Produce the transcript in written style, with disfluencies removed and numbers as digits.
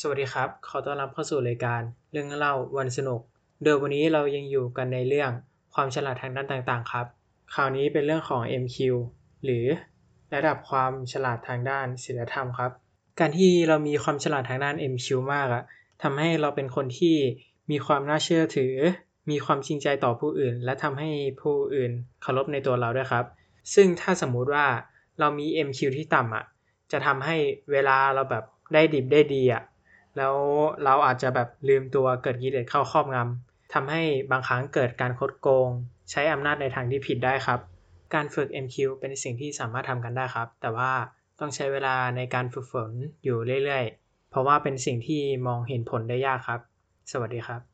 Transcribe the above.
สวัสดีครับขอต้อนรับเข้าสู่รายการเรื่องเล่าวันสนุกโดยวันนี้เรายังอยู่กันในเรื่องความฉลาดทางด้านต่างๆครับคราวนี้เป็นเรื่องของ MQ หรือระดับความฉลาดทางด้านศีลธรรมครับการที่เรามีความฉลาดทางด้าน MQ มากอะทำให้เราเป็นคนที่มีความน่าเชื่อถือมีความจริงใจต่อผู้อื่นและทำให้ผู้อื่นเคารพในตัวเราด้วยครับซึ่งถ้าสมมุติว่าเรามี MQ ที่ต่ำอะจะทำให้เวลาเราแบบได้ดิบได้ดีอะ แล้วเราอาจจะแบบลืมตัวเกิดกิเลสเข้าครอบงำทำให้บางครั้งเกิดการคดโกงใช้อำนาจในทางที่ผิดได้ครับการฝึก MQ เป็นสิ่งที่สามารถทำกันได้ครับแต่ว่าต้องใช้เวลาในการฝึกฝนอยู่เรื่อยๆเพราะว่าเป็นสิ่งที่มองเห็นผลได้ยากครับสวัสดีครับ